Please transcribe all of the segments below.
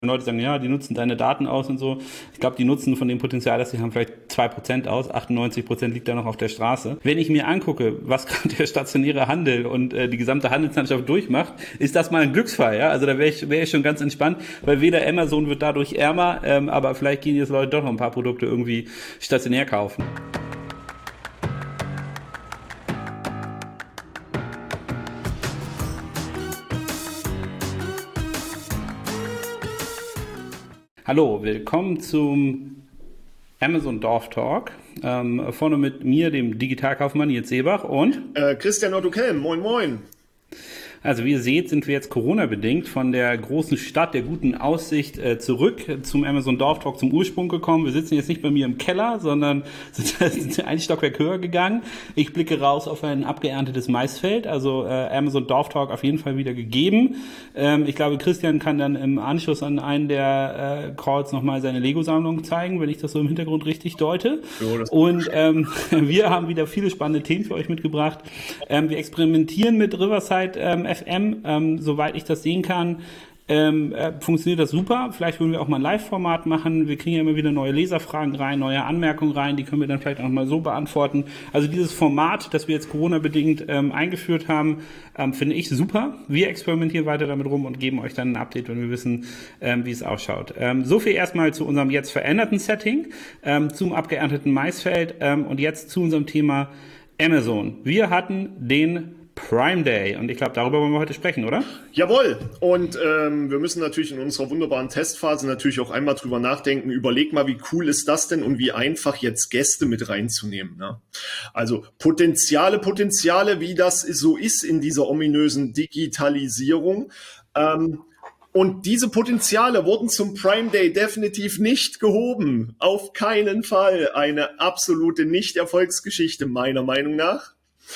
Leute sagen, ja, die nutzen deine Daten aus und so. Ich glaube, die nutzen von dem Potenzial, das sie haben, vielleicht 2% aus. 98% liegt da noch auf der Straße. Wenn ich mir angucke, was gerade der stationäre Handel und die gesamte Handelslandschaft durchmacht, ist das mal ein Glücksfall. Ja? Also da wäre ich schon ganz entspannt, weil weder Amazon wird dadurch ärmer, aber vielleicht gehen jetzt Leute doch noch ein paar Produkte irgendwie stationär kaufen. Hallo, willkommen zum Amazon Dorf Talk. Vorne mit mir, dem Digitalkaufmann Nils Seebach und Christian Otto Kelm, moin moin. Also wie ihr seht, sind wir jetzt Corona-bedingt von der großen Stadt der guten Aussicht zurück zum Amazon Dorf Talk zum Ursprung gekommen. Wir sitzen jetzt nicht bei mir im Keller, sondern sind ein Stockwerk höher gegangen. Ich blicke raus auf ein abgeerntetes Maisfeld, also Amazon Dorf Talk auf jeden Fall wieder gegeben. Ich glaube, Christian kann dann im Anschluss an einen der Calls nochmal seine Lego-Sammlung zeigen, wenn ich das so im Hintergrund richtig deute. Und wir haben wieder viele spannende Themen für euch mitgebracht. Wir experimentieren mit Riverside FM, soweit ich das sehen kann, funktioniert das super. Vielleicht wollen wir auch mal ein Live-Format machen. Wir kriegen ja immer wieder neue Leserfragen rein, neue Anmerkungen rein, die können wir dann vielleicht auch mal so beantworten. Also dieses Format, das wir jetzt Corona-bedingt eingeführt haben, finde ich super. Wir experimentieren weiter damit rum und geben euch dann ein Update, wenn wir wissen, wie es ausschaut. So viel erstmal zu unserem jetzt veränderten Setting, zum abgeernteten Maisfeld und jetzt zu unserem Thema Amazon. Wir hatten den Prime Day. Und ich glaube, darüber wollen wir heute sprechen, oder? Jawohl. Und wir müssen natürlich in unserer wunderbaren Testphase natürlich auch einmal drüber nachdenken. Überleg mal, wie cool ist das denn und wie einfach jetzt Gäste mit reinzunehmen. Ne? Also Potenziale, wie das so ist in dieser ominösen Digitalisierung. Und diese Potenziale wurden zum Prime Day definitiv nicht gehoben. Auf keinen Fall. Eine absolute Nicht-Erfolgsgeschichte, meiner Meinung nach.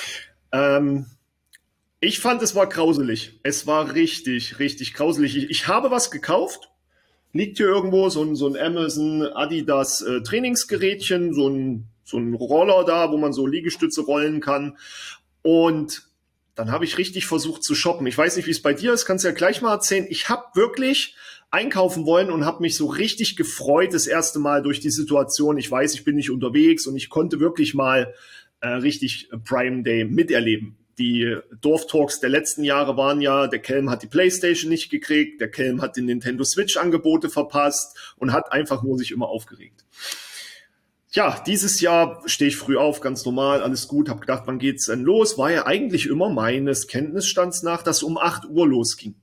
Ich fand, es war grauselig. Es war richtig, richtig grauselig. Ich habe was gekauft. Liegt hier irgendwo so ein Amazon Adidas Trainingsgerätchen, so ein Roller da, wo man so Liegestütze rollen kann. Und dann habe ich richtig versucht zu shoppen. Ich weiß nicht, wie es bei dir ist, kannst du ja gleich mal erzählen. Ich habe wirklich einkaufen wollen und habe mich so richtig gefreut, das erste Mal durch die Situation. Ich weiß, ich bin nicht unterwegs und ich konnte wirklich mal richtig Prime Day miterleben. Die Dorftalks der letzten Jahre waren ja, der Kelm hat die PlayStation nicht gekriegt, der Kelm hat die Nintendo Switch Angebote verpasst und hat einfach nur sich immer aufgeregt. Ja, dieses Jahr stehe ich früh auf, ganz normal, alles gut, habe gedacht, wann geht's denn los? War ja eigentlich immer meines Kenntnisstands nach, dass um 8 Uhr losging.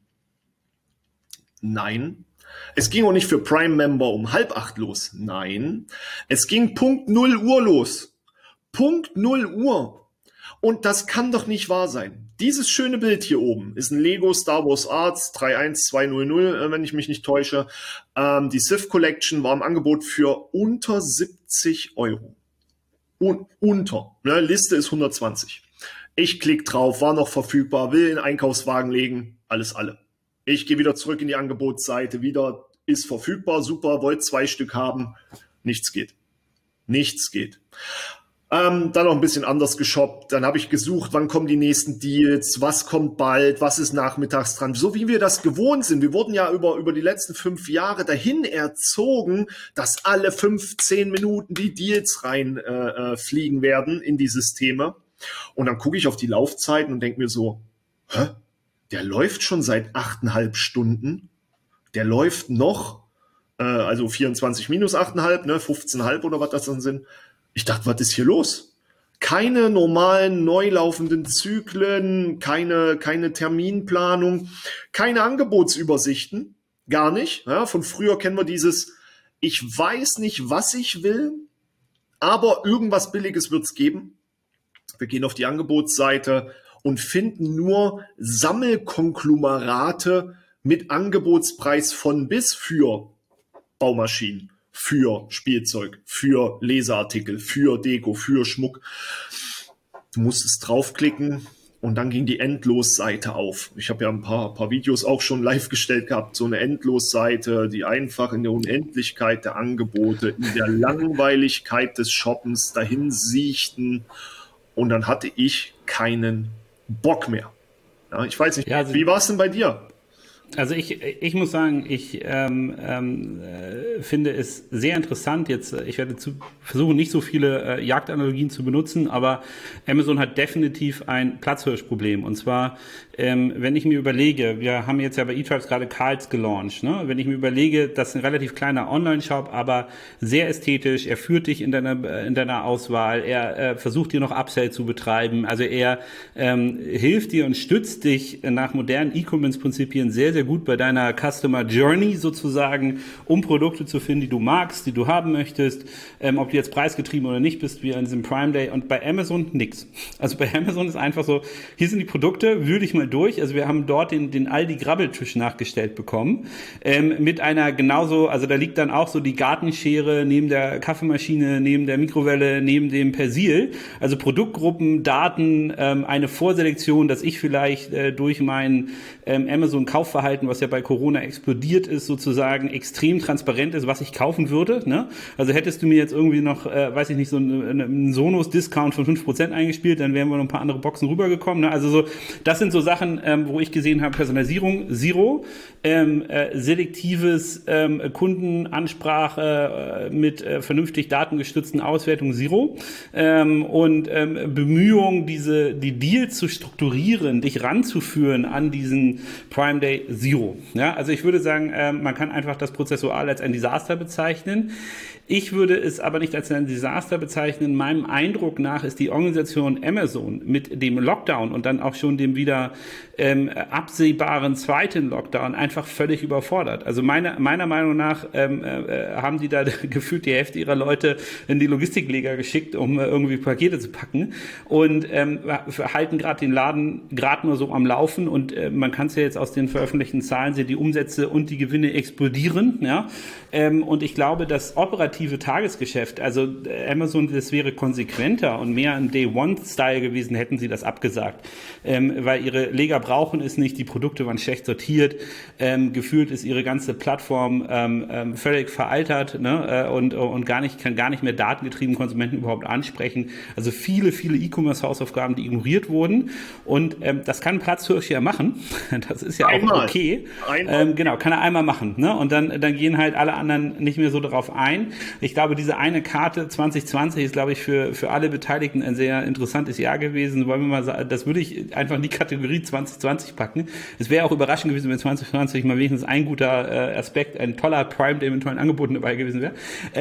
Nein. Es ging auch nicht für Prime-Member um 7:30 los. Nein. Es ging Punkt 0 Uhr los. Punkt 0 Uhr. Und das kann doch nicht wahr sein. Dieses schöne Bild hier oben ist ein Lego Star Wars Arts 31200, wenn ich mich nicht täusche. Die Sith Collection war im Angebot für unter 70 Euro. Unter. Ne? Liste ist 120. Ich klicke drauf, war noch verfügbar, will in den Einkaufswagen legen, alles alle. Ich gehe wieder zurück in die Angebotsseite, wieder ist verfügbar, super, wollt 2 Stück haben. Nichts geht. Nichts geht. Dann noch ein bisschen anders geshoppt. Dann habe ich gesucht, wann kommen die nächsten Deals, was kommt bald, was ist nachmittags dran. So wie wir das gewohnt sind. Wir wurden ja über die letzten 5 Jahre dahin erzogen, dass alle 15 Minuten die Deals fliegen werden in die Systeme. Und dann gucke ich auf die Laufzeiten und denke mir so, der läuft schon seit 8,5 Stunden. Der läuft noch, also 24 minus 8,5, ne, 15,5 oder was das dann sind. Ich dachte, was ist hier los? Keine normalen, neu laufenden Zyklen, keine Terminplanung, keine Angebotsübersichten, gar nicht. Ja, von früher kennen wir dieses, ich weiß nicht, was ich will, aber irgendwas Billiges wird's geben. Wir gehen auf die Angebotsseite und finden nur Sammelkonglomerate mit Angebotspreis von bis für Baumaschinen, für Spielzeug, für Leseartikel, für Deko, für Schmuck. Du musstest draufklicken und dann ging die Endlosseite auf. Ich habe ja ein paar Videos auch schon live gestellt gehabt, so eine Endlosseite, die einfach in der Unendlichkeit der Angebote, in der Langweiligkeit des Shoppens dahin siechten und dann hatte ich keinen Bock mehr. Ja, ich weiß nicht, Ja, also wie war es denn bei dir? Also ich muss sagen, ich finde es sehr interessant. Jetzt, ich werde versuchen, nicht so viele Jagdanalogien zu benutzen, aber Amazon hat definitiv ein Platzhirschproblem. Und zwar, wenn ich mir überlege, wir haben jetzt ja bei eTribes gerade Karls gelauncht, ne? Wenn ich mir überlege, das ist ein relativ kleiner Online-Shop, aber sehr ästhetisch. Er führt dich in deiner Auswahl. Er versucht dir noch Upsell zu betreiben. Also er hilft dir und stützt dich nach modernen E-Commerce-Prinzipien sehr, sehr gut bei deiner Customer Journey sozusagen, um Produkte zu finden, die du magst, die du haben möchtest, ob du jetzt preisgetrieben oder nicht bist, wie an diesem Prime Day. Und bei Amazon nix. Also bei Amazon ist einfach so, hier sind die Produkte, wühl dich mal durch. Also wir haben dort den Aldi-Grabbeltisch nachgestellt bekommen, mit einer genauso, also da liegt dann auch so die Gartenschere neben der Kaffeemaschine, neben der Mikrowelle, neben dem Persil. Also Produktgruppen, Daten, eine Vorselektion, dass ich vielleicht durch mein Amazon-Kaufverhalten, was ja bei Corona explodiert ist, sozusagen extrem transparent ist, was ich kaufen würde. Ne? Also hättest du mir jetzt irgendwie noch, weiß ich nicht, so einen Sonos-Discount von 5% eingespielt, dann wären wir noch ein paar andere Boxen rübergekommen. Ne? Also so, das sind so Sachen, wo ich gesehen habe, Personalisierung, Zero, selektives Kundenansprache mit vernünftig datengestützten Auswertung, Zero, und Bemühungen, die Deals zu strukturieren, dich ranzuführen an diesen Prime Day, Zero. Ja, also ich würde sagen, man kann einfach das prozessual als ein Desaster bezeichnen. Ich würde es aber nicht als ein Desaster bezeichnen. Meinem Eindruck nach ist die Organisation Amazon mit dem Lockdown und dann auch schon dem wieder absehbaren zweiten Lockdown einfach völlig überfordert. Also meiner Meinung nach haben die da gefühlt die Hälfte ihrer Leute in die Logistikleger geschickt, um irgendwie Pakete zu packen und halten gerade den Laden gerade nur so am Laufen und man kann es ja jetzt aus den veröffentlichten Zahlen sehen, die Umsätze und die Gewinne explodieren. Ja? Und ich glaube, das operative Tagesgeschäft, also Amazon, das wäre konsequenter und mehr ein Day-One-Style gewesen, hätten sie das abgesagt. Weil ihre Leger brauchen es nicht, die Produkte waren schlecht sortiert, gefühlt ist ihre ganze Plattform völlig veraltert, ne? Und kann gar nicht mehr datengetrieben Konsumenten überhaupt ansprechen. Also viele E-Commerce-Hausaufgaben, die ignoriert wurden. Und das kann Platzhirsch ja machen. Das ist ja auch okay. Genau, kann er einmal machen. Ne? Und dann gehen halt alle anderen nicht mehr so darauf ein. Ich glaube, diese eine Karte 2020 ist, glaube ich, für alle Beteiligten ein sehr interessantes Jahr gewesen. Wollen wir mal sagen, das würde ich einfach in die Kategorie 2020 packen. Es wäre auch überraschend gewesen, wenn 2020 mal wenigstens ein guter Aspekt, ein toller Prime Day mit tollen Angeboten dabei gewesen wäre.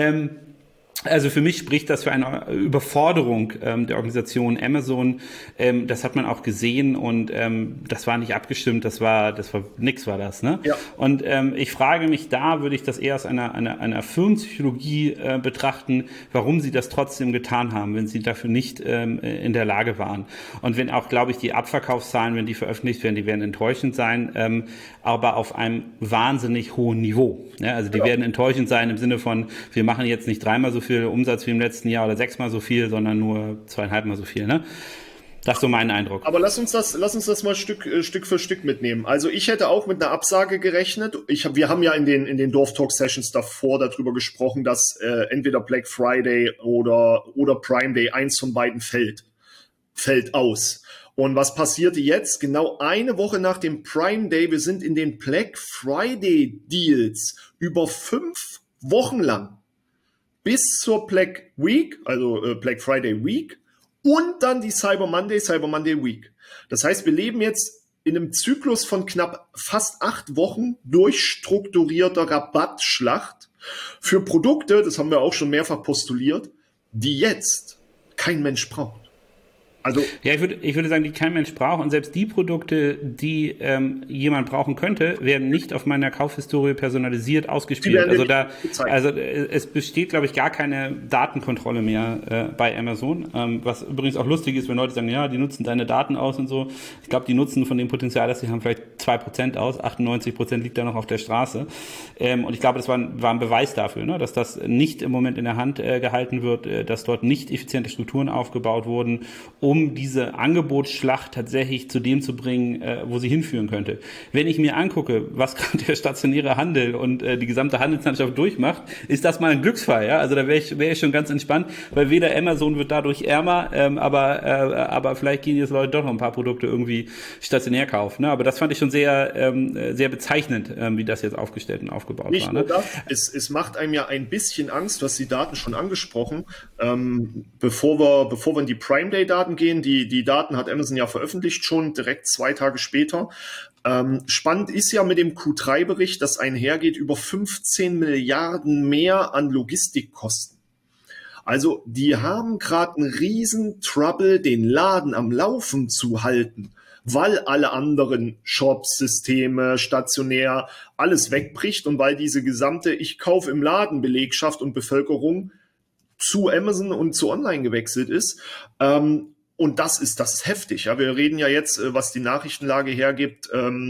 Also für mich spricht das für eine Überforderung der Organisation Amazon. Das hat man auch gesehen und das war nicht abgestimmt. Das war nix war das. Ne? Ja. Und ich frage mich, da würde ich das eher aus einer Firmenpsychologie betrachten, warum sie das trotzdem getan haben, wenn sie dafür nicht in der Lage waren. Und wenn auch, glaube ich, die Abverkaufszahlen, wenn die veröffentlicht werden, die werden enttäuschend sein, aber auf einem wahnsinnig hohen Niveau. Ja, also die werden enttäuschend sein im Sinne von, wir machen jetzt nicht dreimal so viel Umsatz wie im letzten Jahr oder 6-mal so viel, sondern nur 2,5-mal so viel. Ne? Das ist so mein Eindruck. Aber lass uns das mal Stück für Stück mitnehmen. Also ich hätte auch mit einer Absage gerechnet. Wir haben ja in den Dorftalk-Sessions davor darüber gesprochen, dass entweder Black Friday oder Prime Day, eins von beiden fällt aus. Und was passierte jetzt? Genau eine Woche nach dem Prime Day, wir sind in den Black Friday Deals über 5 Wochen lang bis zur Black Week, also Black Friday Week und dann die Cyber Monday Week. Das heißt, wir leben jetzt in einem Zyklus von knapp fast 8 Wochen durchstrukturierter Rabattschlacht für Produkte, das haben wir auch schon mehrfach postuliert, die jetzt kein Mensch braucht. Also ja, ich würde sagen, die kein Mensch braucht und selbst die Produkte, die jemand brauchen könnte, werden nicht auf meiner Kaufhistorie personalisiert ausgespielt. Also es besteht, glaube ich, gar keine Datenkontrolle mehr bei Amazon, was übrigens auch lustig ist, wenn Leute sagen, ja, die nutzen deine Daten aus und so. Ich glaube, die nutzen von dem Potenzial, das sie haben, vielleicht 2% aus, 98% liegt da noch auf der Straße. Und ich glaube, das war ein Beweis dafür, ne, dass das nicht im Moment in der Hand gehalten wird, dass dort nicht effiziente Strukturen aufgebaut wurden, um diese Angebotsschlacht tatsächlich zu dem zu bringen, wo sie hinführen könnte. Wenn ich mir angucke, was gerade der stationäre Handel und die gesamte Handelslandschaft durchmacht, ist das mal ein Glücksfall. Ja? Also da wäre ich schon ganz entspannt, weil weder Amazon wird dadurch ärmer, aber vielleicht gehen jetzt Leute doch noch ein paar Produkte irgendwie stationär kaufen. Ne? Aber das fand ich schon sehr, sehr bezeichnend, wie das jetzt aufgestellt und aufgebaut Nicht war. nur Ne? das, es macht einem ja ein bisschen Angst, du hast die Daten schon angesprochen. Bevor wir in die Prime Day Daten gehen, die Daten hat Amazon ja veröffentlicht, schon direkt 2 Tage später. Spannend ist ja mit dem Q3-Bericht, dass einhergeht über 15 Milliarden mehr an Logistikkosten. Also die haben gerade einen riesen Trouble, den Laden am Laufen zu halten, weil alle anderen Shops, Systeme, stationär, alles wegbricht und weil diese gesamte Ich kaufe im Laden Belegschaft und Bevölkerung zu Amazon und zu Online gewechselt ist. Und das ist heftig. Ja, wir reden ja jetzt, was die Nachrichtenlage hergibt,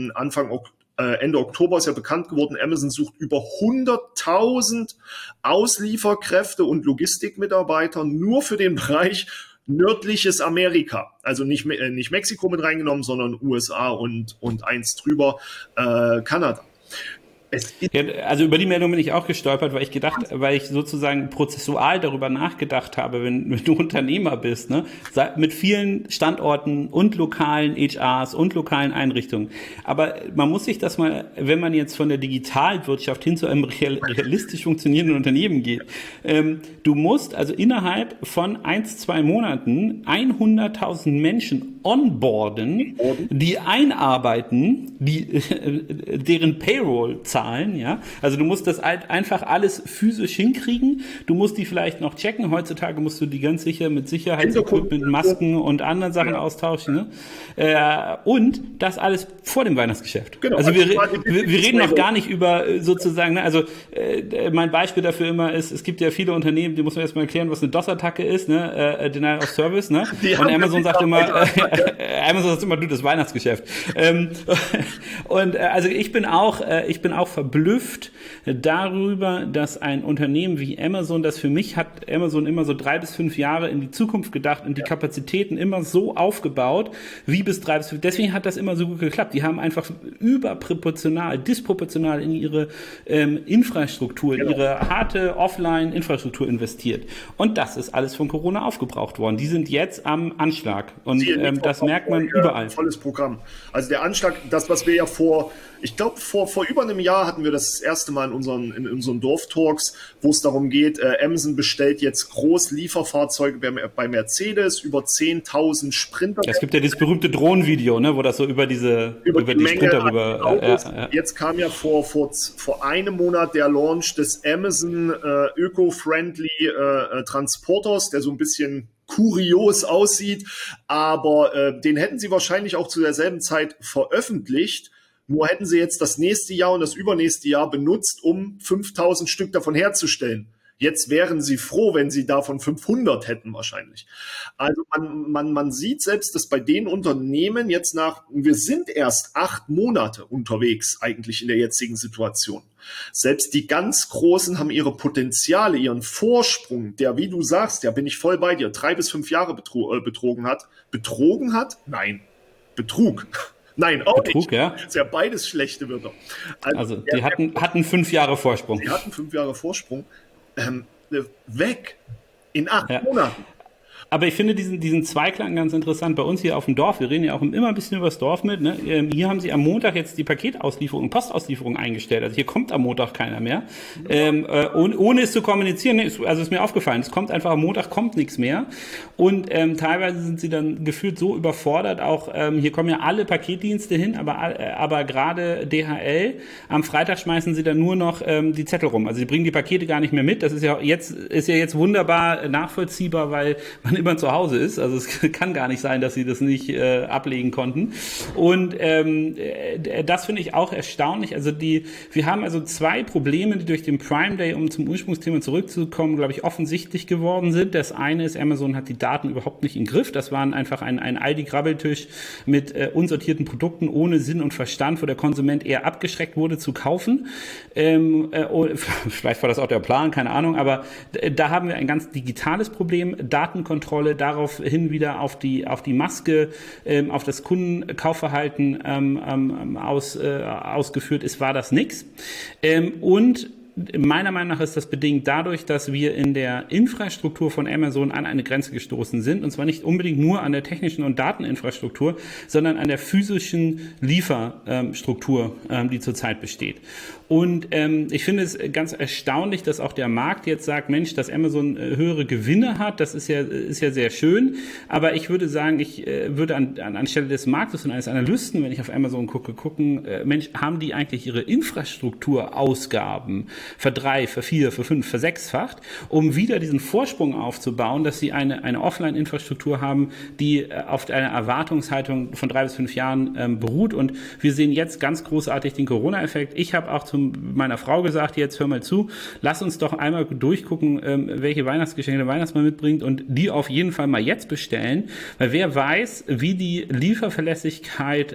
Ende Oktober ist ja bekannt geworden, Amazon sucht über 100.000 Auslieferkräfte und Logistikmitarbeiter nur für den Bereich nördliches Amerika. Also nicht Mexiko mit reingenommen, sondern USA und eins drüber Kanada. Ja, also über die Meldung bin ich auch gestolpert, weil ich sozusagen prozessual darüber nachgedacht habe, wenn du Unternehmer bist, ne, mit vielen Standorten und lokalen HRs und lokalen Einrichtungen. Aber man muss sich das mal, wenn man jetzt von der Digitalwirtschaft hin zu einem realistisch funktionierenden Unternehmen geht, du musst also innerhalb von 1-2 Monaten 100.000 Menschen onboarden, die einarbeiten, deren Payroll zahlen, ja. Also du musst das einfach alles physisch hinkriegen. Du musst die vielleicht noch checken. Heutzutage musst du die ganz sicher mit Sicherheitsequipment, Masken und anderen Sachen austauschen. Ne? Und das alles vor dem Weihnachtsgeschäft. Genau. Also wir reden noch gar nicht über sozusagen, ne? Also mein Beispiel dafür immer ist, es gibt ja viele Unternehmen, die muss man erstmal erklären, was eine DOS-Attacke ist, ne? Denial of Service, ne? Und Amazon sagt immer, du, das Weihnachtsgeschäft. Und also ich bin auch verblüfft darüber, dass ein Unternehmen wie Amazon, das für mich hat Amazon immer so 3 bis 5 Jahre in die Zukunft gedacht und die Kapazitäten immer so aufgebaut, wie bis 3 bis 5. Deswegen hat das immer so gut geklappt. Die haben einfach disproportional in ihre Infrastruktur, in ihre harte Offline-Infrastruktur investiert. Und das ist alles von Corona aufgebraucht worden. Die sind jetzt am Anschlag. Und das merkt man überall. Volles Programm. Also der Anschlag, das, was wir ja vor über einem Jahr hatten wir das erste Mal in unseren Dorftalks, wo es darum geht, Amazon bestellt jetzt Großlieferfahrzeuge bei Mercedes, über 10.000 Sprinter. Es gibt ja dieses berühmte Drohnenvideo, ne, wo das so über die Sprinter rüber. Autos. Jetzt kam ja vor einem Monat der Launch des Amazon Eco-Friendly Transporters, der so ein bisschen kurios aussieht, aber den hätten sie wahrscheinlich auch zu derselben Zeit veröffentlicht. Nur hätten sie jetzt das nächste Jahr und das übernächste Jahr benutzt, um 5.000 Stück davon herzustellen. Jetzt wären sie froh, wenn sie davon 500 hätten wahrscheinlich. Also man sieht selbst, dass bei den Unternehmen jetzt wir sind erst 8 Monate unterwegs eigentlich in der jetzigen Situation. Selbst die ganz Großen haben ihre Potenziale, ihren Vorsprung, der, wie du sagst, ja, bin ich voll bei dir, 3 bis 5 Jahre betrogen hat. Betrogen hat? Nein. Betrug. Nein, auch Betrug, nicht. Ja. Das ist ja beides schlechte Wörter. Also die hatten 5 Jahre Vorsprung. Sie hatten 5 Jahre Vorsprung. Weg. In 8 Monaten. Aber ich finde diesen Zweiklang ganz interessant. Bei uns hier auf dem Dorf, wir reden ja auch immer ein bisschen über das Dorf mit, ne? Hier haben sie am Montag jetzt die Paketauslieferung, Postauslieferung eingestellt. Also hier kommt am Montag keiner mehr. Ohne es zu kommunizieren, ne? Also ist mir aufgefallen, es kommt einfach am Montag, kommt nichts mehr. Und teilweise sind sie dann gefühlt so überfordert, auch hier kommen ja alle Paketdienste hin, aber gerade DHL, am Freitag schmeißen sie dann nur noch die Zettel rum. Also sie bringen die Pakete gar nicht mehr mit. Das ist ja jetzt wunderbar nachvollziehbar, weil man immer zu Hause ist. Also es kann gar nicht sein, dass sie das nicht ablegen konnten. Und das finde ich auch erstaunlich. Also wir haben also 2 Probleme, die durch den Prime Day, um zum Ursprungsthema zurückzukommen, glaube ich, offensichtlich geworden sind. Das eine ist, Amazon hat die Daten überhaupt nicht im Griff. Das waren einfach ein Aldi-Grabbeltisch mit unsortierten Produkten ohne Sinn und Verstand, wo der Konsument eher abgeschreckt wurde zu kaufen. Vielleicht war das auch der Plan, keine Ahnung, aber da haben wir ein ganz digitales Problem. Daten konnten Abstandskontrolle, daraufhin wieder auf die Maske, auf das Kundenkaufverhalten ausgeführt ist, war das nix. Und meiner Meinung nach ist das bedingt dadurch, dass wir in der Infrastruktur von Amazon an eine Grenze gestoßen sind. Und zwar nicht unbedingt nur an der technischen und Dateninfrastruktur, sondern an der physischen Lieferstruktur, die zurzeit besteht. Und ich finde es ganz erstaunlich, dass auch der Markt jetzt sagt, Mensch, dass Amazon höhere Gewinne hat, das ist ja sehr schön. Aber ich würde sagen, ich würde anstelle des Marktes und eines Analysten, wenn ich auf Amazon gucken, Mensch, haben die eigentlich ihre Infrastrukturausgaben versechsfacht, um wieder diesen Vorsprung aufzubauen, dass sie eine Offline-Infrastruktur haben, die auf einer Erwartungshaltung von 3 bis 5 Jahren beruht. Und wir sehen jetzt ganz großartig den Corona-Effekt. Ich habe auch zu meiner Frau gesagt, jetzt hör mal zu, lass uns doch einmal durchgucken, welche Weihnachtsgeschenke der Weihnachtsmann mitbringt und die auf jeden Fall mal jetzt bestellen, weil wer weiß, wie die Lieferverlässlichkeit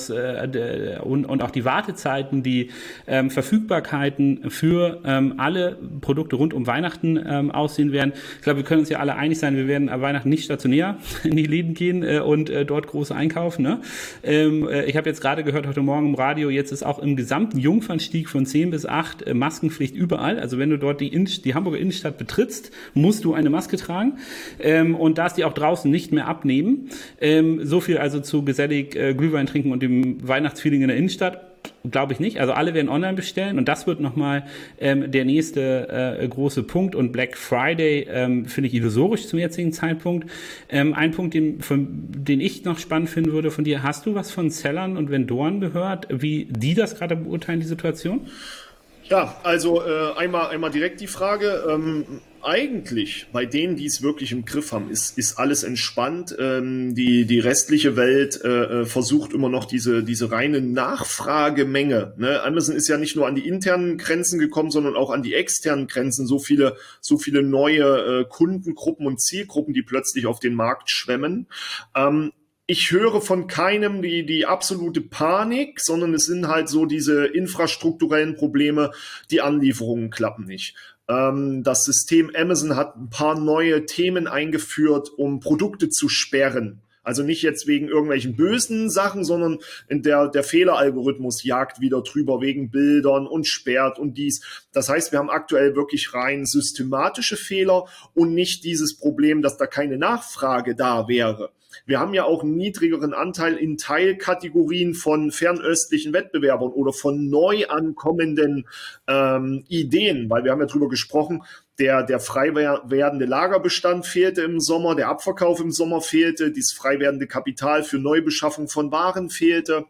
und auch die Wartezeiten, die Verfügbarkeiten für alle Produkte rund um Weihnachten aussehen werden. Ich glaube, wir können uns ja alle einig sein, wir werden an Weihnachten nicht stationär in die Läden gehen und dort groß einkaufen. Ne? Ich habe jetzt gerade gehört, heute Morgen im Radio, jetzt ist auch im gesamten Jungfernstieg von 10 bis 8 Maskenpflicht überall. Also wenn du dort die Hamburger Innenstadt betrittst, musst du eine Maske tragen und darfst die auch draußen nicht mehr abnehmen. So viel also zu gesellig Glühwein trinken und dem Weihnachtsfeeling in der Innenstadt. Glaube ich nicht. Also alle werden online bestellen und das wird nochmal der nächste große Punkt. Und Black Friday finde ich illusorisch zum jetzigen Zeitpunkt. Ein Punkt, den ich noch spannend finden würde von dir, hast du was von Sellern und Vendoren gehört, wie die das gerade beurteilen, die Situation? Ja, also einmal direkt die Frage. Eigentlich bei denen, die es wirklich im Griff haben, ist alles entspannt. Die restliche Welt versucht immer noch diese reine Nachfragemenge. Ne? Amazon ist ja nicht nur an die internen Grenzen gekommen, sondern auch an die externen Grenzen. So viele neue Kundengruppen und Zielgruppen, die plötzlich auf den Markt schwemmen. Ich höre von keinem die absolute Panik, sondern es sind halt so diese infrastrukturellen Probleme, die Anlieferungen klappen nicht. Das System Amazon hat ein paar neue Themen eingeführt, um Produkte zu sperren. Also nicht jetzt wegen irgendwelchen bösen Sachen, sondern der Fehleralgorithmus jagt wieder drüber wegen Bildern und sperrt und dies. Das heißt, wir haben aktuell wirklich rein systematische Fehler und nicht dieses Problem, dass da keine Nachfrage da wäre. Wir haben ja auch einen niedrigeren Anteil in Teilkategorien von fernöstlichen Wettbewerbern oder von neu ankommenden Ideen, weil wir haben ja drüber gesprochen, der frei werdende Lagerbestand fehlte im Sommer, der Abverkauf im Sommer fehlte, dieses frei werdende Kapital für Neubeschaffung von Waren fehlte.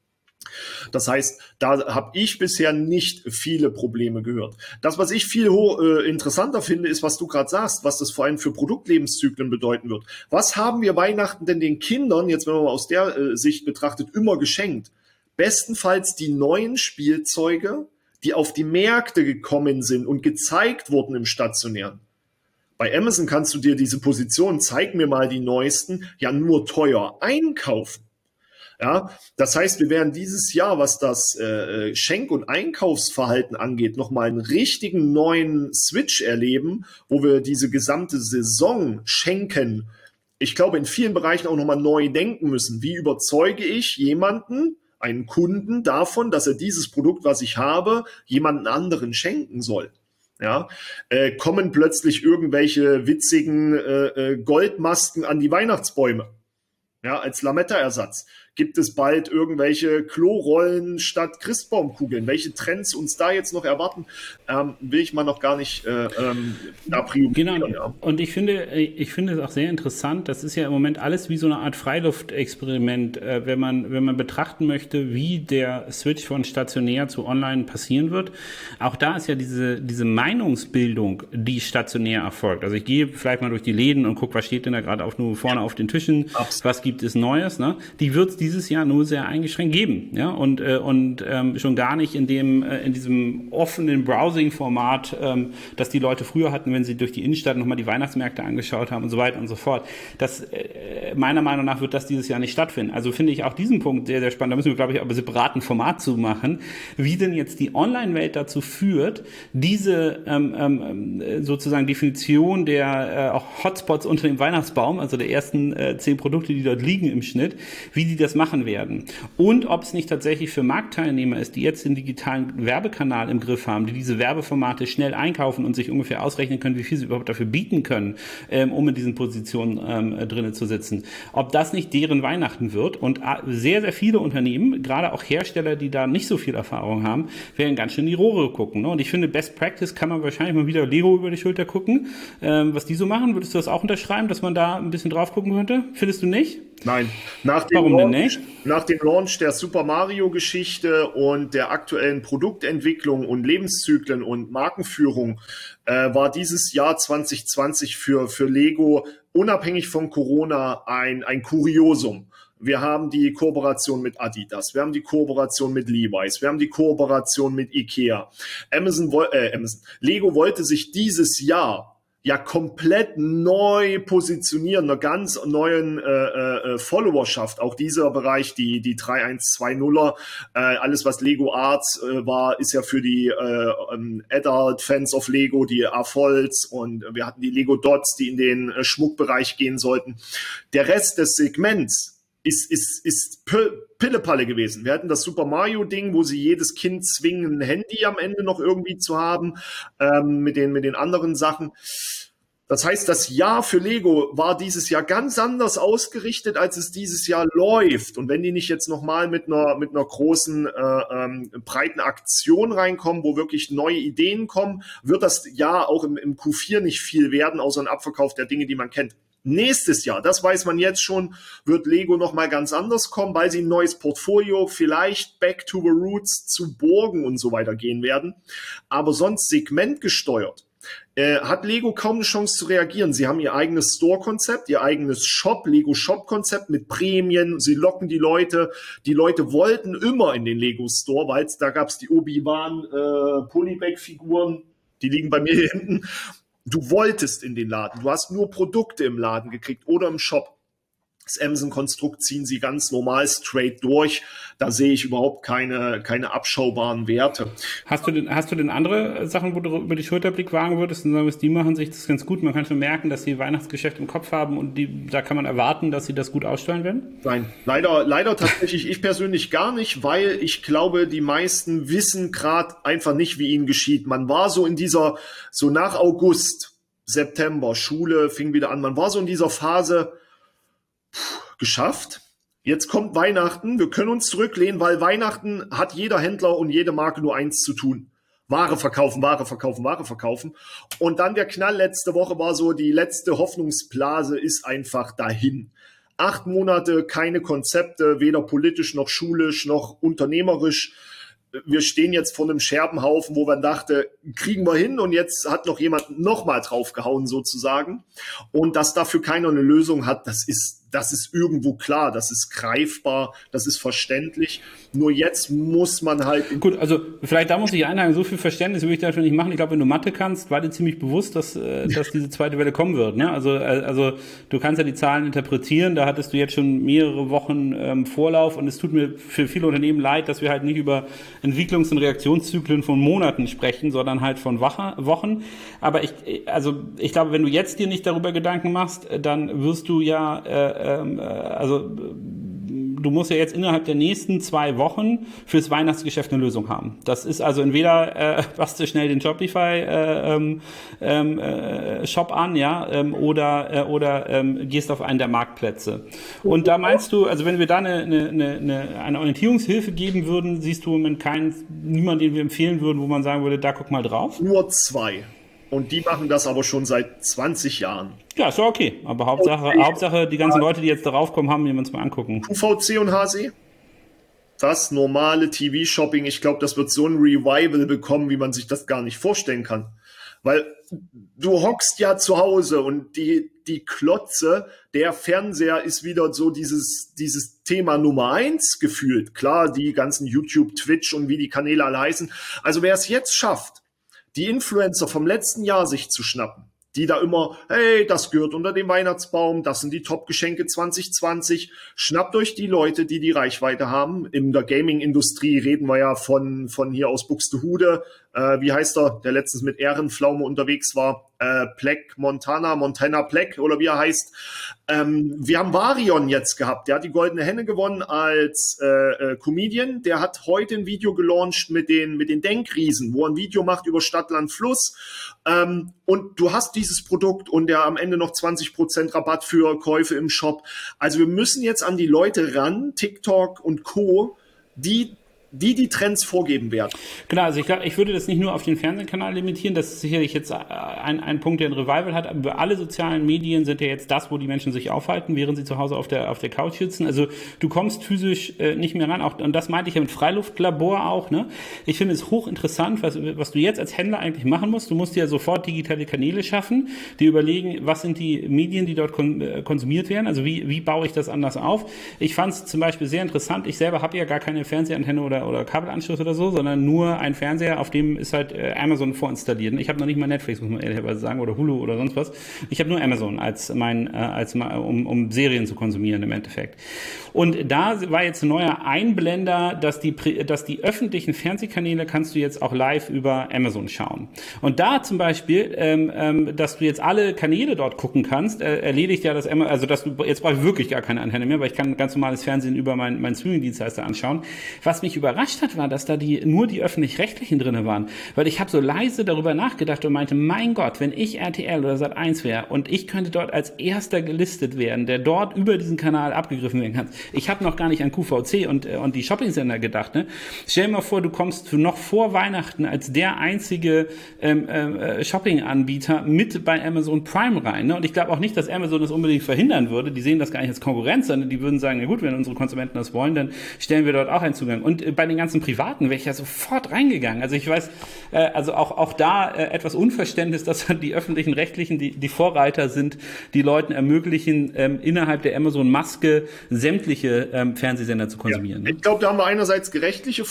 Das heißt, da habe ich bisher nicht viele Probleme gehört. Das, was ich viel interessanter finde, ist, was du gerade sagst, was das vor allem für Produktlebenszyklen bedeuten wird. Was haben wir Weihnachten denn den Kindern, jetzt wenn man mal aus der Sicht betrachtet, immer geschenkt? Bestenfalls die neuen Spielzeuge, die auf die Märkte gekommen sind und gezeigt wurden im Stationären. Bei Amazon kannst du dir diese Position, zeig mir mal die neuesten, ja nur teuer einkaufen. Ja, das heißt, wir werden dieses Jahr, was das Schenk- und Einkaufsverhalten angeht, nochmal einen richtigen neuen Switch erleben, wo wir diese gesamte Saison schenken. Ich glaube, in vielen Bereichen auch nochmal neu denken müssen. Wie überzeuge ich jemanden, einen Kunden davon, dass er dieses Produkt, was ich habe, jemanden anderen schenken soll? Ja, kommen plötzlich irgendwelche witzigen Goldmasken an die Weihnachtsbäume? Ja, als Lametta-Ersatz. Gibt es bald irgendwelche Klorollen statt Christbaumkugeln? Welche Trends uns da jetzt noch erwarten, will ich mal noch gar nicht da priorisieren. Genau, ja. Und ich finde es auch sehr interessant, das ist ja im Moment alles wie so eine Art Freiluftexperiment, wenn man betrachten möchte, wie der Switch von stationär zu online passieren wird. Auch da ist ja diese Meinungsbildung, die stationär erfolgt. Also ich gehe vielleicht mal durch die Läden und gucke, was steht denn da gerade nur vorne auf den Tischen, was gibt es Neues, ne? Die wird dieses Jahr nur sehr eingeschränkt geben, ja, und schon gar nicht in diesem offenen Browsing-Format, das die Leute früher hatten, wenn sie durch die Innenstadt nochmal die Weihnachtsmärkte angeschaut haben und so weiter und so fort. Das, meiner Meinung nach wird das dieses Jahr nicht stattfinden. Also finde ich auch diesen Punkt sehr, sehr spannend. Da müssen wir, glaube ich, aber separaten Format zu machen, wie denn jetzt die Online-Welt dazu führt, diese sozusagen Definition der auch Hotspots unter dem Weihnachtsbaum, also der ersten 10 Produkte, die dort liegen im Schnitt, wie die das machen werden. Und ob es nicht tatsächlich für Marktteilnehmer ist, die jetzt den digitalen Werbekanal im Griff haben, die diese Werbeformate schnell einkaufen und sich ungefähr ausrechnen können, wie viel sie überhaupt dafür bieten können, um in diesen Positionen drinnen zu sitzen. Ob das nicht deren Weihnachten wird. Und sehr, sehr viele Unternehmen, gerade auch Hersteller, die da nicht so viel Erfahrung haben, werden ganz schön in die Rohre gucken. Ne? Und ich finde, Best Practice kann man wahrscheinlich mal wieder Lego über die Schulter gucken, was die so machen. Würdest du das auch unterschreiben, dass man da ein bisschen drauf gucken könnte? Findest du nicht? Nein. Warum denn nicht? Nach dem Launch der Super Mario-Geschichte und der aktuellen Produktentwicklung und Lebenszyklen und Markenführung war dieses Jahr 2020 für Lego unabhängig von Corona ein Kuriosum. Wir haben die Kooperation mit Adidas, wir haben die Kooperation mit Levi's, wir haben die Kooperation mit Ikea. Lego wollte sich dieses Jahr ja komplett neu positionieren, einer ganz neuen Followerschaft. Auch dieser Bereich, die 3120er, alles was Lego Arts war, ist ja für die Adult Fans of Lego, die AFOLs, und wir hatten die Lego Dots, die in den Schmuckbereich gehen sollten. Der Rest des Segments ist Pillepalle gewesen. Wir hatten das Super Mario-Ding, wo sie jedes Kind zwingen, ein Handy am Ende noch irgendwie zu haben, mit den anderen Sachen. Das heißt, das Jahr für Lego war dieses Jahr ganz anders ausgerichtet, als es dieses Jahr läuft. Und wenn die nicht jetzt nochmal mit einer großen, breiten Aktion reinkommen, wo wirklich neue Ideen kommen, wird das Jahr auch im Q4 nicht viel werden, außer ein Abverkauf der Dinge, die man kennt. Nächstes Jahr, das weiß man jetzt schon, wird Lego nochmal ganz anders kommen, weil sie ein neues Portfolio, vielleicht Back to the Roots zu Burgen und so weiter gehen werden. Aber sonst segmentgesteuert hat Lego kaum eine Chance zu reagieren. Sie haben ihr eigenes Store-Konzept, ihr eigenes Lego-Shop-Konzept mit Prämien. Sie locken die Leute. Die Leute wollten immer in den Lego-Store, weil da gab es die Obi-Wan Polybag-Figuren, die liegen bei mir hier hinten. Du wolltest in den Laden. Du hast nur Produkte im Laden gekriegt oder im Shop. Das Amazon-Konstrukt ziehen sie ganz normal straight durch. Da sehe ich überhaupt keine abschaubaren Werte. Hast du denn andere Sachen, wo du über die Schulterblick wagen würdest und sagst, die machen sich das ganz gut? Man kann schon merken, dass sie Weihnachtsgeschäft im Kopf haben und da kann man erwarten, dass sie das gut aussteuern werden? Nein, leider tatsächlich ich persönlich gar nicht, weil ich glaube, die meisten wissen gerade einfach nicht, wie ihnen geschieht. Man war so nach August, September, Schule fing wieder an, man war so in dieser Phase, geschafft. Jetzt kommt Weihnachten. Wir können uns zurücklehnen, weil Weihnachten hat jeder Händler und jede Marke nur eins zu tun. Ware verkaufen, Ware verkaufen, Ware verkaufen. Und dann der Knall letzte Woche war so, die letzte Hoffnungsblase ist einfach dahin. 8 Monate, keine Konzepte, weder politisch noch schulisch noch unternehmerisch. Wir stehen jetzt vor einem Scherbenhaufen, wo man dachte, kriegen wir hin, und jetzt hat noch jemand nochmal draufgehauen sozusagen. Und dass dafür keiner eine Lösung hat, das ist irgendwo klar, das ist greifbar, das ist verständlich. Nur jetzt muss man halt... Gut, also vielleicht da muss ich einhaken, so viel Verständnis würde ich dafür nicht machen. Ich glaube, wenn du Mathe kannst, war dir ziemlich bewusst, dass diese zweite Welle kommen wird. Ne? Also du kannst ja die Zahlen interpretieren, da hattest du jetzt schon mehrere Wochen Vorlauf, und es tut mir für viele Unternehmen leid, dass wir halt nicht über Entwicklungs- und Reaktionszyklen von Monaten sprechen, sondern halt von Wochen. Aber ich glaube, wenn du jetzt dir nicht darüber Gedanken machst, dann wirst du ja du musst ja jetzt innerhalb der nächsten 2 Wochen fürs Weihnachtsgeschäft eine Lösung haben. Das ist also entweder passt du schnell den Shopify Shop an, ja, oder gehst auf einen der Marktplätze. Und da meinst du, also wenn wir da eine Orientierungshilfe geben würden, siehst du im Moment niemanden, den wir empfehlen würden, wo man sagen würde, da guck mal drauf? Nur 2. Und die machen das aber schon seit 20 Jahren. Ja, ist ja okay. Aber Hauptsache, die ganzen Leute, die jetzt darauf kommen, haben, die wir uns mal angucken. QVC und HC. das normale TV-Shopping, ich glaube, das wird so ein Revival bekommen, wie man sich das gar nicht vorstellen kann. Weil du hockst ja zu Hause und die Klotze, der Fernseher ist wieder so dieses Thema Nummer 1 gefühlt. Klar, die ganzen YouTube, Twitch und wie die Kanäle alle heißen. Also wer es jetzt schafft, die Influencer vom letzten Jahr sich zu schnappen, die da immer, hey, das gehört unter den Weihnachtsbaum, das sind die Top-Geschenke 2020. Schnappt euch die Leute, die Reichweite haben. In der Gaming-Industrie reden wir ja von hier aus Buxtehude. Wie heißt der letztens mit Ehrenpflaume unterwegs war? Montana Black oder wie er heißt. Wir haben Varion jetzt gehabt. Der hat die Goldene Henne gewonnen als Comedian. Der hat heute ein Video gelauncht mit den Denkriesen, wo er ein Video macht über Stadt, Land, Fluss. Und du hast dieses Produkt und der am Ende noch 20% Rabatt für Käufe im Shop. Also wir müssen jetzt an die Leute ran, TikTok und Co., die Trends vorgeben werden. Genau, also ich glaube, ich würde das nicht nur auf den Fernsehkanal limitieren, das ist sicherlich jetzt ein Punkt, der ein Revival hat, aber alle sozialen Medien sind ja jetzt das, wo die Menschen sich aufhalten, während sie zu Hause auf der Couch sitzen. Also du kommst physisch nicht mehr ran, auch, und das meinte ich ja mit Freiluftlabor auch, ne? Ich finde es hochinteressant, was du jetzt als Händler eigentlich machen musst. Du musst ja sofort digitale Kanäle schaffen, die überlegen, was sind die Medien, die dort konsumiert werden, also wie baue ich das anders auf. Ich fand es zum Beispiel sehr interessant, ich selber habe ja gar keine Fernsehantenne oder Kabelanschluss oder so, sondern nur ein Fernseher, auf dem ist halt Amazon vorinstalliert. Ich habe noch nicht mal Netflix, muss man ehrlicherweise sagen, oder Hulu oder sonst was. Ich habe nur Amazon um Serien zu konsumieren im Endeffekt. Und da war jetzt ein neuer Einblender, dass die öffentlichen Fernsehkanäle kannst du jetzt auch live über Amazon schauen. Und da zum Beispiel, dass du jetzt alle Kanäle dort gucken kannst, erledigt ja das Amazon, also dass du, jetzt brauche ich wirklich gar keine Antenne mehr, weil ich kann ganz normales Fernsehen über meinen Streaming-Dienstleister anschauen. Was mich überrascht hat, war, dass da nur die Öffentlich-Rechtlichen drinne waren. Weil ich habe so leise darüber nachgedacht und meinte, mein Gott, wenn ich RTL oder Sat.1 wäre und ich könnte dort als erster gelistet werden, der dort über diesen Kanal abgegriffen werden kann. Ich habe noch gar nicht an QVC und die Shopping-Sender gedacht. Ne? Stell dir mal vor, du kommst noch vor Weihnachten als der einzige Shopping-Anbieter mit bei Amazon Prime rein. Ne? Und ich glaube auch nicht, dass Amazon das unbedingt verhindern würde. Die sehen das gar nicht als Konkurrenz, sondern die würden sagen, na gut, wenn unsere Konsumenten das wollen, dann stellen wir dort auch einen Zugang. Und bei den ganzen Privaten wäre ich ja sofort reingegangen. Also ich weiß, also auch da etwas Unverständnis, dass die öffentlichen Rechtlichen, die Vorreiter sind, die Leuten ermöglichen, innerhalb der Amazon-Maske sämtliche Fernsehsender zu konsumieren. Ja. Ich glaube, da haben wir einerseits rechtliche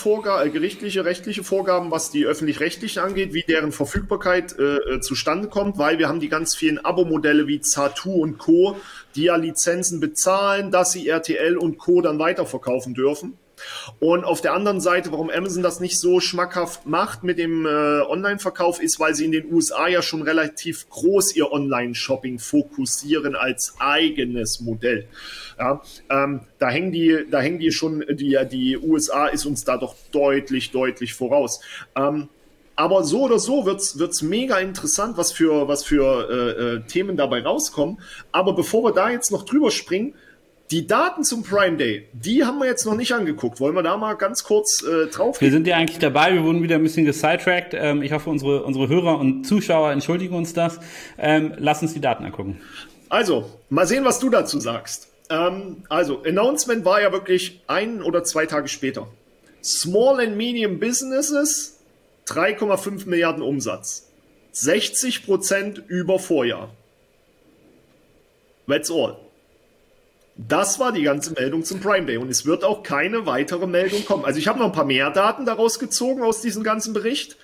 Vorgaben, was die öffentlich-rechtlichen angeht, wie deren Verfügbarkeit zustande kommt, weil wir haben die ganz vielen Abo-Modelle wie Zattoo und Co., die ja Lizenzen bezahlen, dass sie RTL und Co. dann weiterverkaufen dürfen. Und auf der anderen Seite, warum Amazon das nicht so schmackhaft macht mit dem Online-Verkauf, ist, weil sie in den USA ja schon relativ groß ihr Online-Shopping fokussieren als eigenes Modell. Ja, da hängen die schon, die USA ist uns da doch deutlich voraus. Aber so oder so wird's mega interessant, was für Themen dabei rauskommen. Aber bevor wir da jetzt noch drüber springen, die Daten zum Prime Day, die haben wir jetzt noch nicht angeguckt. Wollen wir da mal ganz kurz drauf gehen? Wir sind ja eigentlich dabei, wir wurden wieder ein bisschen gesidetrackt. Ich hoffe, unsere Hörer und Zuschauer entschuldigen uns das. Lass uns die Daten angucken. Also, mal sehen, was du dazu sagst. Announcement war ja wirklich 1 oder 2 Tage später. Small and Medium Businesses, 3,5 Milliarden Umsatz. 60% über Vorjahr. That's all. Das war die ganze Meldung zum Prime Day und es wird auch keine weitere Meldung kommen. Also ich habe noch ein paar mehr Daten daraus gezogen aus diesem ganzen Bericht,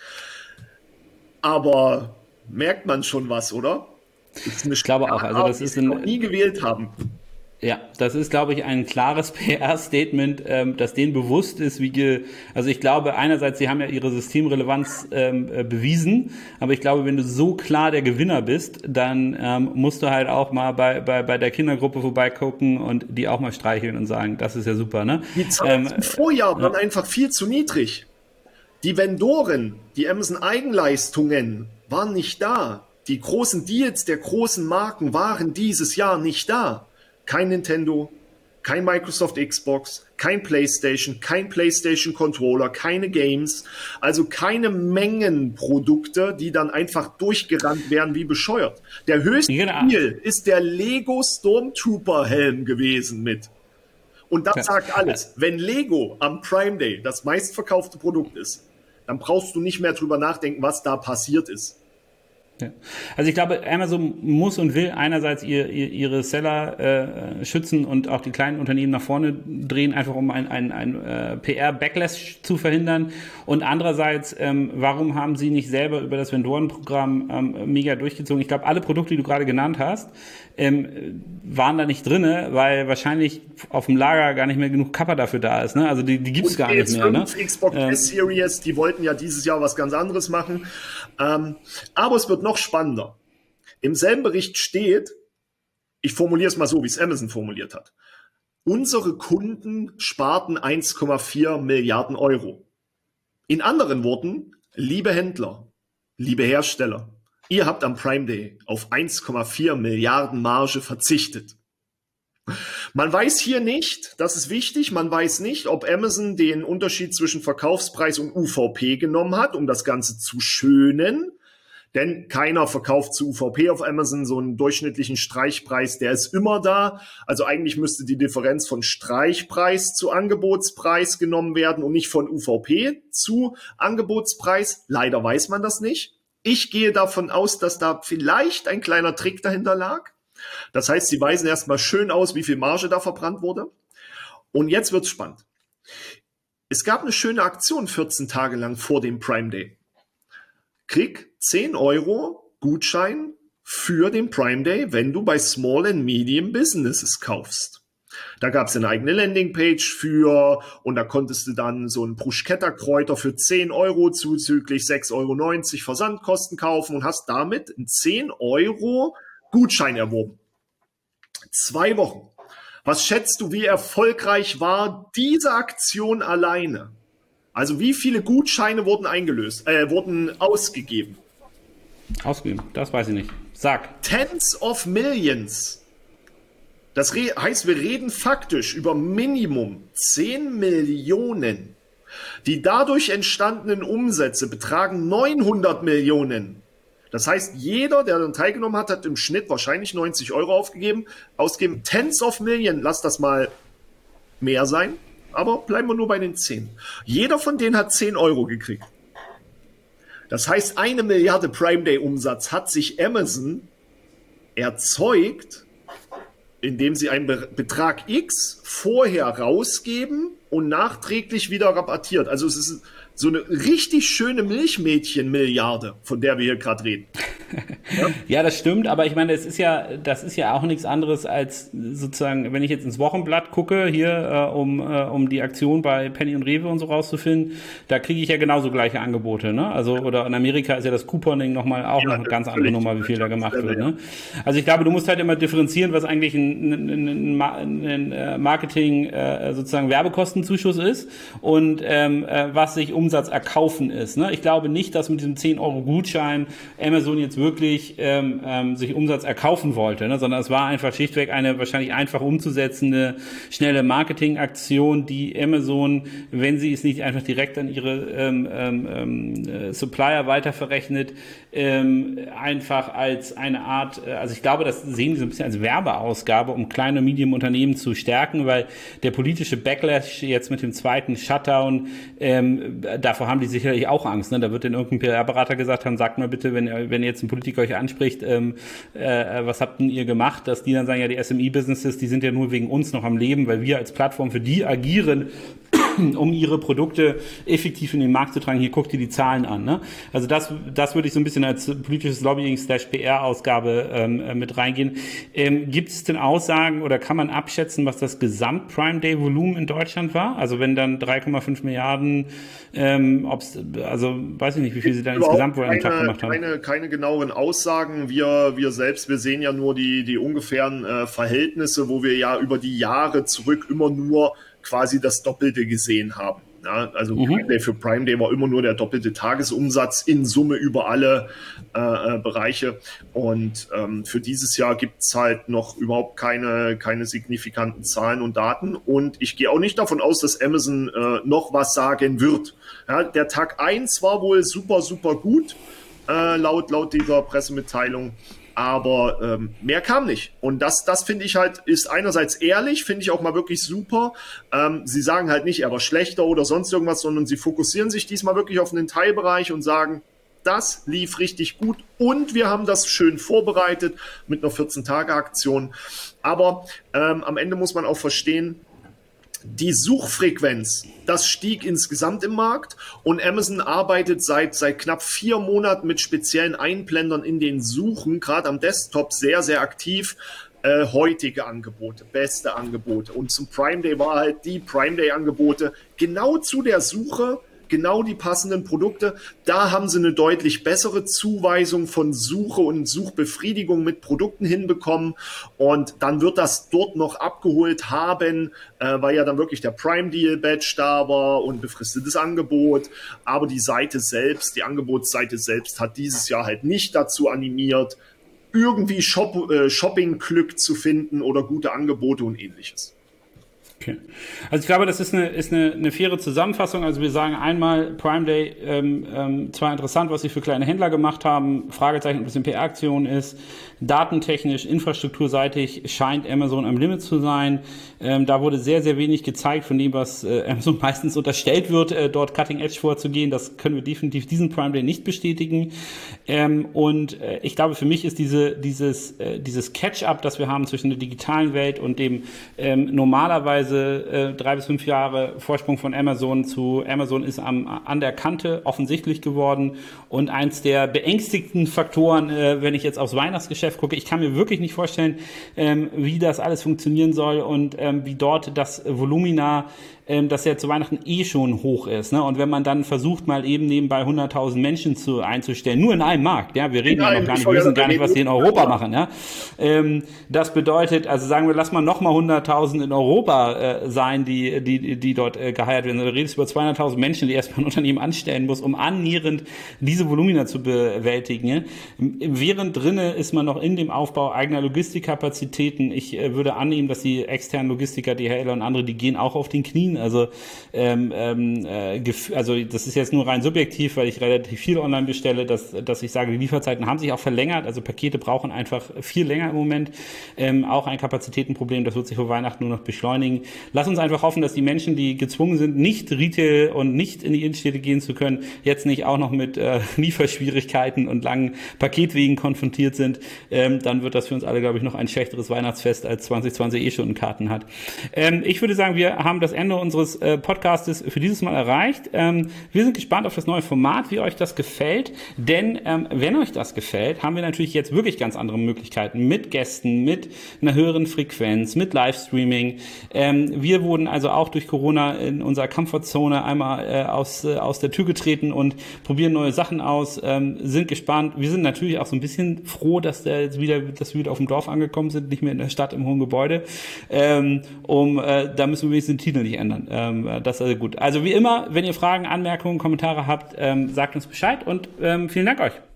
aber merkt man schon was, oder? Ich glaube auch. Also das ist noch nie gewählt haben. Ja, das ist, glaube ich, ein klares PR-Statement, dass denen bewusst ist, also ich glaube, einerseits, sie haben ja ihre Systemrelevanz bewiesen, aber ich glaube, wenn du so klar der Gewinner bist, dann musst du halt auch mal bei der Kindergruppe vorbeigucken und die auch mal streicheln und sagen, das ist ja super, ne? Die Zahlen im Vorjahr waren einfach viel zu niedrig. Die Vendoren, die Amazon-Eigenleistungen waren nicht da. Die großen Deals der großen Marken waren dieses Jahr nicht da. Kein Nintendo, kein Microsoft Xbox, kein PlayStation, kein PlayStation Controller, keine Games, also keine Mengenprodukte, die dann einfach durchgerannt werden wie bescheuert. Der höchste Deal ist der Lego Stormtrooper Helm gewesen mit. Und das Ja. sagt alles. Wenn Lego am Prime Day das meistverkaufte Produkt ist, dann brauchst du nicht mehr drüber nachdenken, was da passiert ist. Ja. Also ich glaube, Amazon muss und will einerseits ihre Seller schützen und auch die kleinen Unternehmen nach vorne drehen, einfach um ein PR-Backlash zu verhindern. Und andererseits, warum haben sie nicht selber über das Vendorenprogramm mega durchgezogen? Ich glaube, alle Produkte, die du gerade genannt hast, waren da nicht drinne, weil wahrscheinlich auf dem Lager gar nicht mehr genug Kappa dafür da ist. Ne? Also die gibt's gar nicht mehr. Ne? Xbox S-Series, die wollten ja dieses Jahr was ganz anderes machen. Aber es wird noch spannender. Im selben Bericht steht, ich formuliere es mal so, wie es Amazon formuliert hat. Unsere Kunden sparten 1,4 Milliarden Euro. In anderen Worten, liebe Händler, liebe Hersteller, ihr habt am Prime Day auf 1,4 Milliarden Marge verzichtet. Man weiß hier nicht, das ist wichtig, man weiß nicht, ob Amazon den Unterschied zwischen Verkaufspreis und UVP genommen hat, um das Ganze zu schönen. Denn keiner verkauft zu UVP auf Amazon, so einen durchschnittlichen Streichpreis, der ist immer da. Also eigentlich müsste die Differenz von Streichpreis zu Angebotspreis genommen werden und nicht von UVP zu Angebotspreis. Leider weiß man das nicht. Ich gehe davon aus, dass da vielleicht ein kleiner Trick dahinter lag. Das heißt, sie weisen erstmal schön aus, wie viel Marge da verbrannt wurde. Und jetzt wird's spannend. Es gab eine schöne Aktion 14 Tage lang vor dem Prime Day. Krieg 10 Euro Gutschein für den Prime Day, wenn du bei Small and Medium Businesses kaufst. Da gab es eine eigene Landingpage für und da konntest du dann so einen Bruschetta-Kräuter für 10 Euro zuzüglich 6,90 Euro Versandkosten kaufen und hast damit einen 10 Euro Gutschein erworben. 2 Wochen. Was schätzt du, wie erfolgreich war diese Aktion alleine? Also wie viele Gutscheine wurden wurden ausgegeben? Ausgegeben, das weiß ich nicht. Sag. Tens of Millions. Das heißt, wir reden faktisch über Minimum 10 Millionen. Die dadurch entstandenen Umsätze betragen 900 Millionen. Das heißt, jeder, der daran teilgenommen hat, hat im Schnitt wahrscheinlich 90 Euro ausgegeben. Tens of Million, lass das mal mehr sein, aber bleiben wir nur bei den 10. Jeder von denen hat 10 Euro gekriegt. Das heißt, 1 Milliarde Prime Day Umsatz hat sich Amazon erzeugt, indem sie einen Betrag X vorher rausgeben und nachträglich wieder rabattiert. Also es ist so eine richtig schöne Milchmädchen-Milliarde, von der wir hier gerade reden. Ja, das stimmt, aber ich meine, das ist ja auch nichts anderes als sozusagen, wenn ich jetzt ins Wochenblatt gucke, hier, um die Aktion bei Penny und Rewe und so rauszufinden, da kriege ich ja genauso gleiche Angebote, ne? Also, oder in Amerika ist ja das Couponing nochmal auch noch eine ganz andere Nummer, wie viel da gemacht wird, ne? Also ich glaube, du musst halt immer differenzieren, was eigentlich ein Marketing, sozusagen Werbekostenzuschuss ist und was sich Umsatz erkaufen ist, ne? Ich glaube nicht, dass mit diesem 10 Euro Gutschein Amazon jetzt wirklich sich Umsatz erkaufen wollte, ne? Sondern es war einfach schlichtweg eine wahrscheinlich einfach umzusetzende, schnelle Marketingaktion, die Amazon, wenn sie es nicht einfach direkt an ihre Supplier weiterverrechnet, einfach als eine Art, also ich glaube, das sehen die so ein bisschen als Werbeausgabe, um kleine und Medium-Unternehmen zu stärken, weil der politische Backlash jetzt mit dem zweiten Shutdown, davor haben die sicherlich auch Angst, ne? Da wird dann irgendein PR-Berater gesagt haben, sagt mal bitte, wenn jetzt ein Politiker euch anspricht, was habt denn ihr gemacht, dass die dann sagen, ja, die SME-Businesses, die sind ja nur wegen uns noch am Leben, weil wir als Plattform für die agieren, um ihre Produkte effektiv in den Markt zu tragen. Hier guckt ihr die Zahlen an, ne? Also das würde ich so ein bisschen als politisches Lobbying/PR-Ausgabe mit reingehen. Gibt es denn Aussagen oder kann man abschätzen, was das Gesamt-Prime-Day-Volumen in Deutschland war? Also wenn dann 3,5 Milliarden, also weiß ich nicht, wie viel sie dann insgesamt wohl am Tag gemacht haben. Keine genaueren Aussagen. Wir sehen ja nur die ungefähren Verhältnisse, wo wir ja über die Jahre zurück immer nur quasi das Doppelte gesehen haben. Ja, also für Prime Day war immer nur der doppelte Tagesumsatz in Summe über alle Bereiche. Und für dieses Jahr gibt es halt noch überhaupt keine signifikanten Zahlen und Daten. Und ich gehe auch nicht davon aus, dass Amazon noch was sagen wird. Ja, der Tag 1 war wohl super, super gut, laut dieser Pressemitteilung. Aber mehr kam nicht. Und das finde ich halt, ist einerseits ehrlich, finde ich auch mal wirklich super. Sie sagen halt nicht, er war schlechter oder sonst irgendwas, sondern sie fokussieren sich diesmal wirklich auf einen Teilbereich und sagen, das lief richtig gut und wir haben das schön vorbereitet mit einer 14-Tage-Aktion. Aber am Ende muss man auch verstehen, die Suchfrequenz, das stieg insgesamt im Markt und Amazon arbeitet seit knapp 4 Monaten mit speziellen Einblendern in den Suchen, gerade am Desktop sehr, sehr aktiv. Heutige Angebote, beste Angebote. Und zum Prime Day war halt die Prime Day Angebote genau zu der Suche, genau die passenden Produkte. Da haben sie eine deutlich bessere Zuweisung von Suche und Suchbefriedigung mit Produkten hinbekommen. Und dann wird das dort noch abgeholt haben, weil ja dann wirklich der Prime Deal Badge da war und befristetes Angebot. Aber die Seite selbst, die Angebotsseite selbst hat dieses Jahr halt nicht dazu animiert, irgendwie Shopping-Glück zu finden oder gute Angebote und ähnliches. Okay. Also ich glaube, das ist eine faire Zusammenfassung. Also wir sagen einmal, Prime Day, zwar interessant, was sie für kleine Händler gemacht haben, Fragezeichen, ob es eine PR-Aktion ist, datentechnisch, infrastrukturseitig scheint Amazon am Limit zu sein. Da wurde sehr, sehr wenig gezeigt von dem, was Amazon meistens unterstellt wird, dort Cutting Edge vorzugehen. Das können wir definitiv diesen Prime Day nicht bestätigen. Und ich glaube, für mich ist dieses Catch-up, das wir haben zwischen der digitalen Welt und dem normalerweise 3 bis 5 Jahre Vorsprung von Amazon zu Amazon ist an der Kante offensichtlich geworden und eins der beängstigten Faktoren, wenn ich jetzt aufs Weihnachtsgeschäft gucke, ich kann mir wirklich nicht vorstellen, wie das alles funktionieren soll und wie dort das Volumina, das ja zu Weihnachten schon hoch ist, ne? Und wenn man dann versucht, mal eben nebenbei 100.000 Menschen einzustellen, nur in einem Markt, ja, wir reden ja noch gar nicht, wir wissen gar nicht, was die in Europa machen, ja. Das bedeutet, also sagen wir, lass mal nochmal 100.000 in Europa sein, die dort geheiert werden. Du redest über 200.000 Menschen, die erstmal ein Unternehmen anstellen muss, um annähernd diese Volumina zu bewältigen. Ja? Während drinne ist man noch in dem Aufbau eigener Logistikkapazitäten. Ich würde annehmen, dass die externen Logistiker, DHL und andere, die gehen auch auf den Knien. Also das ist jetzt nur rein subjektiv, weil ich relativ viel online bestelle, dass ich sage, die Lieferzeiten haben sich auch verlängert. Also Pakete brauchen einfach viel länger im Moment. Auch ein Kapazitätenproblem, das wird sich vor Weihnachten nur noch beschleunigen. Lass uns einfach hoffen, dass die Menschen, die gezwungen sind, nicht Retail und nicht in die Innenstädte gehen zu können, jetzt nicht auch noch mit Lieferschwierigkeiten und langen Paketwegen konfrontiert sind. Dann wird das für uns alle, glaube ich, noch ein schlechteres Weihnachtsfest als 2020 schon Karten hat. Ich würde sagen, wir haben das Ende unseres Podcastes für dieses Mal erreicht. Wir sind gespannt auf das neue Format, wie euch das gefällt. Denn wenn euch das gefällt, haben wir natürlich jetzt wirklich ganz andere Möglichkeiten mit Gästen, mit einer höheren Frequenz, mit Livestreaming. Wir wurden also auch durch Corona in unserer Comfortzone einmal aus der Tür getreten und probieren neue Sachen aus, sind gespannt. Wir sind natürlich auch so ein bisschen froh, dass wir wieder auf dem Dorf angekommen sind, nicht mehr in der Stadt im hohen Gebäude. Da müssen wir wenigstens den Titel nicht ändern. Das ist also gut. Also wie immer, wenn ihr Fragen, Anmerkungen, Kommentare habt, sagt uns Bescheid und vielen Dank euch.